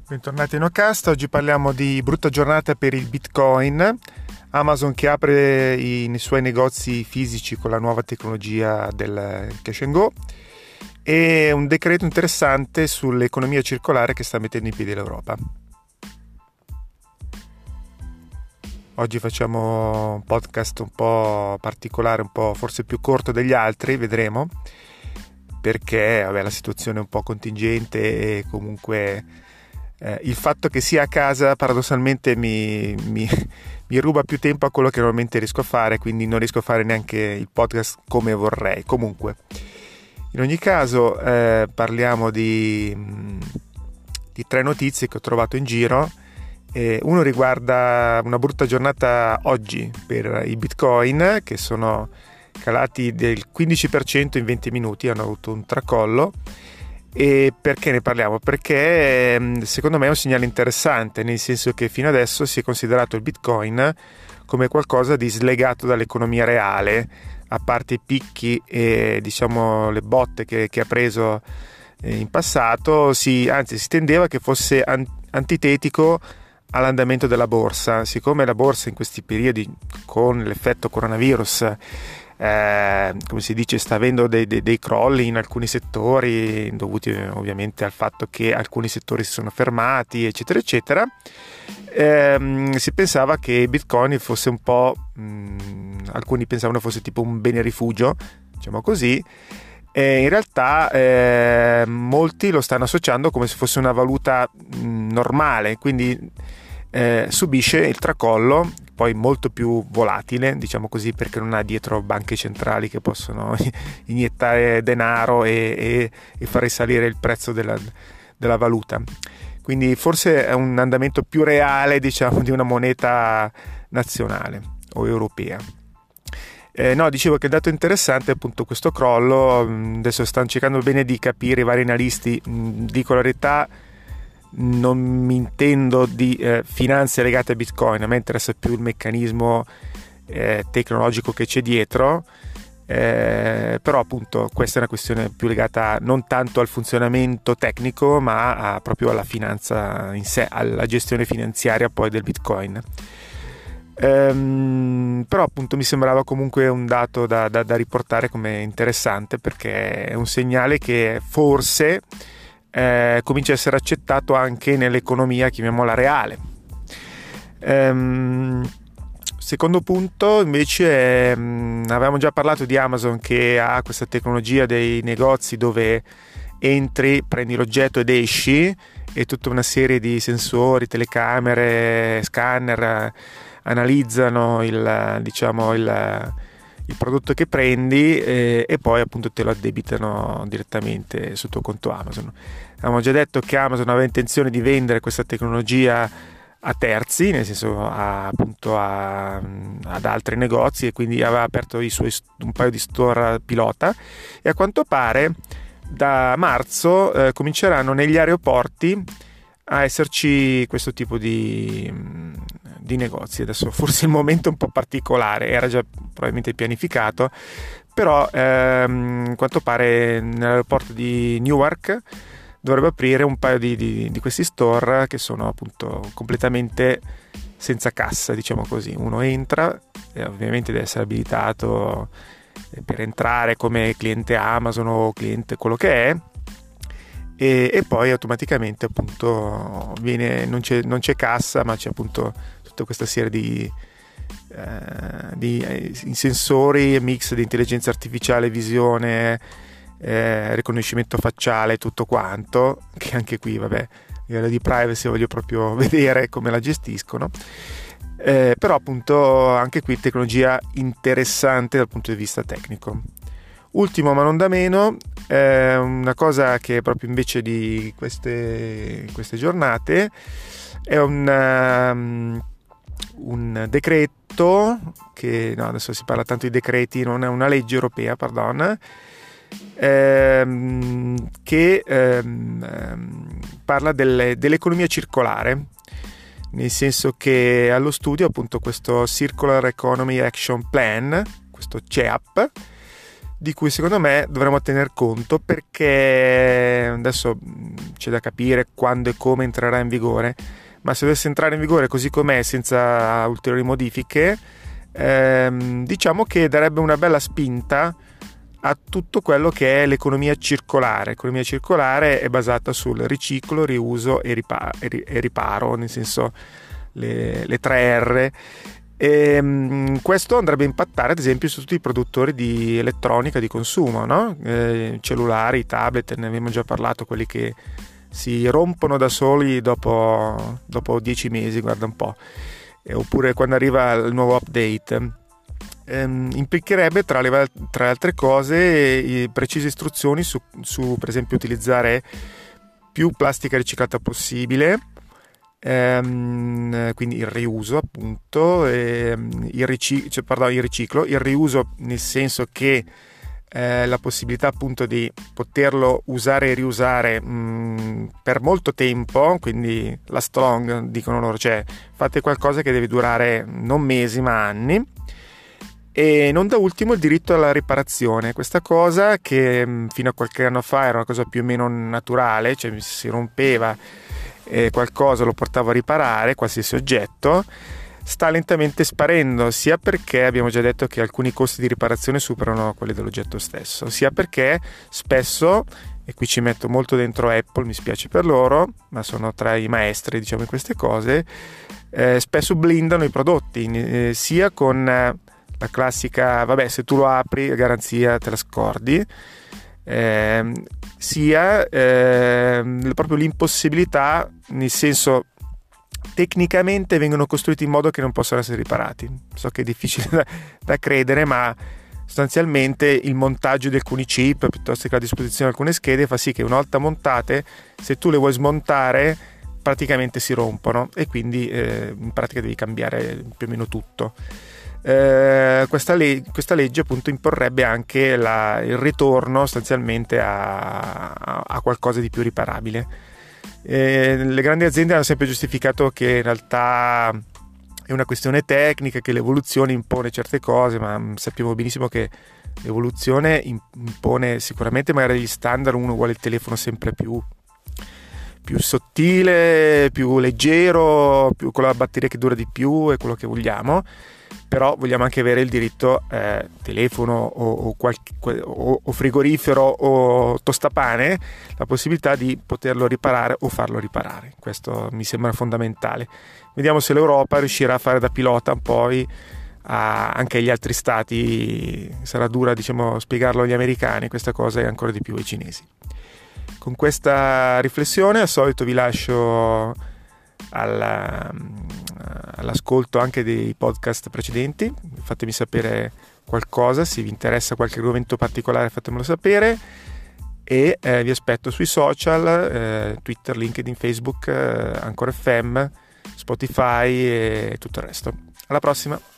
Bentornati in Ocast. Oggi parliamo di brutta giornata per il Bitcoin. Amazon che apre i suoi negozi fisici con la nuova tecnologia del Cash and Go e un decreto interessante sull'economia circolare che sta mettendo in piedi l'Europa. Oggi facciamo un podcast un po' particolare, un po' forse più corto degli altri, vedremo, perché la situazione è un po' contingente e comunque il fatto che sia a casa paradossalmente mi ruba più tempo a quello che normalmente riesco a fare, quindi non riesco a fare neanche il podcast come vorrei. Comunque, in ogni caso parliamo di tre notizie che ho trovato in giro. Uno riguarda una brutta giornata oggi per i Bitcoin, che sono calati del 15% in 20 minuti, hanno avuto un tracollo. E perché ne parliamo? Perché secondo me è un segnale interessante, nel senso che fino adesso si è considerato il Bitcoin come qualcosa di slegato dall'economia reale, a parte i picchi e diciamo le botte che ha preso in passato, anzi si tendeva che fosse antitetico all'andamento della borsa. Siccome la borsa in questi periodi con l'effetto coronavirus come si dice sta avendo dei crolli in alcuni settori dovuti ovviamente al fatto che alcuni settori si sono fermati eccetera eccetera, si pensava che Bitcoin fosse un po' alcuni pensavano fosse tipo un bene rifugio, diciamo così, e in realtà molti lo stanno associando come se fosse una valuta normale, quindi subisce il tracollo, poi molto più volatile, diciamo così, perché non ha dietro banche centrali che possono iniettare denaro e far risalire il prezzo della valuta. Quindi forse è un andamento più reale, diciamo, di una moneta nazionale o europea. Dicevo che il dato interessante è appunto questo crollo. Adesso stanno cercando bene di capire i vari analisti, dico la verità, non mi intendo di finanze legate a Bitcoin, a me interessa più il meccanismo tecnologico che c'è dietro, però appunto questa è una questione più legata non tanto al funzionamento tecnico ma proprio alla finanza in sé, alla gestione finanziaria poi del Bitcoin. Però appunto mi sembrava comunque un dato da riportare come interessante, perché è un segnale che forse comincia a essere accettato anche nell'economia, chiamiamola reale. Secondo punto invece, avevamo già parlato di Amazon che ha questa tecnologia dei negozi dove entri, prendi l'oggetto ed esci, e tutta una serie di sensori, telecamere, scanner analizzano il prodotto che prendi e poi appunto te lo addebitano direttamente sul tuo conto Amazon. Abbiamo già detto che Amazon aveva intenzione di vendere questa tecnologia a terzi, nel senso ad altri negozi, e quindi aveva aperto un paio di store pilota, e a quanto pare da marzo cominceranno negli aeroporti a esserci questo tipo di negozi. Adesso forse il momento è un po' particolare, era già probabilmente pianificato, però a quanto pare nell'aeroporto di Newark dovrebbe aprire un paio di questi store che sono appunto completamente senza cassa, diciamo così. Uno entra e ovviamente deve essere abilitato per entrare come cliente Amazon o cliente quello che è, e poi automaticamente appunto non c'è cassa, ma c'è appunto tutta questa serie di sensori, mix di intelligenza artificiale, visione, riconoscimento facciale, tutto quanto, che anche qui a livello di privacy voglio proprio vedere come la gestiscono, però appunto anche qui tecnologia interessante dal punto di vista tecnico. Ultimo ma non da meno, una cosa che proprio invece di queste giornate è un decreto che, no, adesso si parla tanto di decreti, non è una legge europea, pardon, che parla dell'economia circolare, nel senso che allo studio appunto questo Circular Economy Action Plan, questo CEAP, di cui secondo me dovremmo tener conto, perché adesso c'è da capire quando e come entrerà in vigore, ma se dovesse entrare in vigore così com'è, senza ulteriori modifiche, diciamo che darebbe una bella spinta a tutto quello che è l'economia circolare. L'economia circolare è basata sul riciclo, riuso e riparo, nel senso le 3R. Questo andrebbe a impattare ad esempio su tutti i produttori di elettronica di consumo, no? Cellulari, tablet, ne abbiamo già parlato, quelli che si rompono da soli dopo 10 mesi, guarda un po', oppure quando arriva il nuovo update. Implicherebbe tra le altre cose precise istruzioni su per esempio utilizzare più plastica riciclata possibile, quindi il riuso appunto, il riciclo, il riuso nel senso che la possibilità appunto di poterlo usare e riusare per molto tempo, quindi la strong dicono loro, cioè fate qualcosa che deve durare non mesi ma anni. E non da ultimo il diritto alla riparazione, questa cosa che fino a qualche anno fa era una cosa più o meno naturale, cioè si rompeva qualcosa lo portavo a riparare, qualsiasi oggetto, sta lentamente sparendo, sia perché abbiamo già detto che alcuni costi di riparazione superano quelli dell'oggetto stesso, sia perché spesso, e qui ci metto molto dentro Apple, mi spiace per loro, ma sono tra i maestri diciamo in queste cose, spesso blindano i prodotti, sia con la classica, vabbè, se tu lo apri la garanzia te la scordi, sia proprio l'impossibilità, nel senso tecnicamente vengono costruiti in modo che non possano essere riparati. So che è difficile da credere, ma sostanzialmente il montaggio di alcuni chip piuttosto che la disposizione di alcune schede fa sì che una volta montate, se tu le vuoi smontare praticamente si rompono e quindi in pratica devi cambiare più o meno tutto. Questa legge appunto imporrebbe anche il ritorno sostanzialmente a qualcosa di più riparabile. Le grandi aziende hanno sempre giustificato che in realtà è una questione tecnica, che l'evoluzione impone certe cose, ma sappiamo benissimo che l'evoluzione impone sicuramente magari degli standard. Uno vuole il telefono sempre più sottile, più leggero, più con la batteria che dura di più, è quello che vogliamo, però vogliamo anche avere il diritto telefono o frigorifero o tostapane, la possibilità di poterlo riparare o farlo riparare. Questo mi sembra fondamentale. Vediamo se l'Europa riuscirà a fare da pilota poi anche agli altri stati. Sarà dura diciamo spiegarlo agli americani questa cosa, e ancora di più ai cinesi. Con questa riflessione al solito vi lascio all'ascolto anche dei podcast precedenti. Fatemi sapere qualcosa, se vi interessa qualche argomento particolare fatemelo sapere, e vi aspetto sui social, Twitter, LinkedIn, Facebook, Anchor FM, Spotify e tutto il resto. Alla prossima!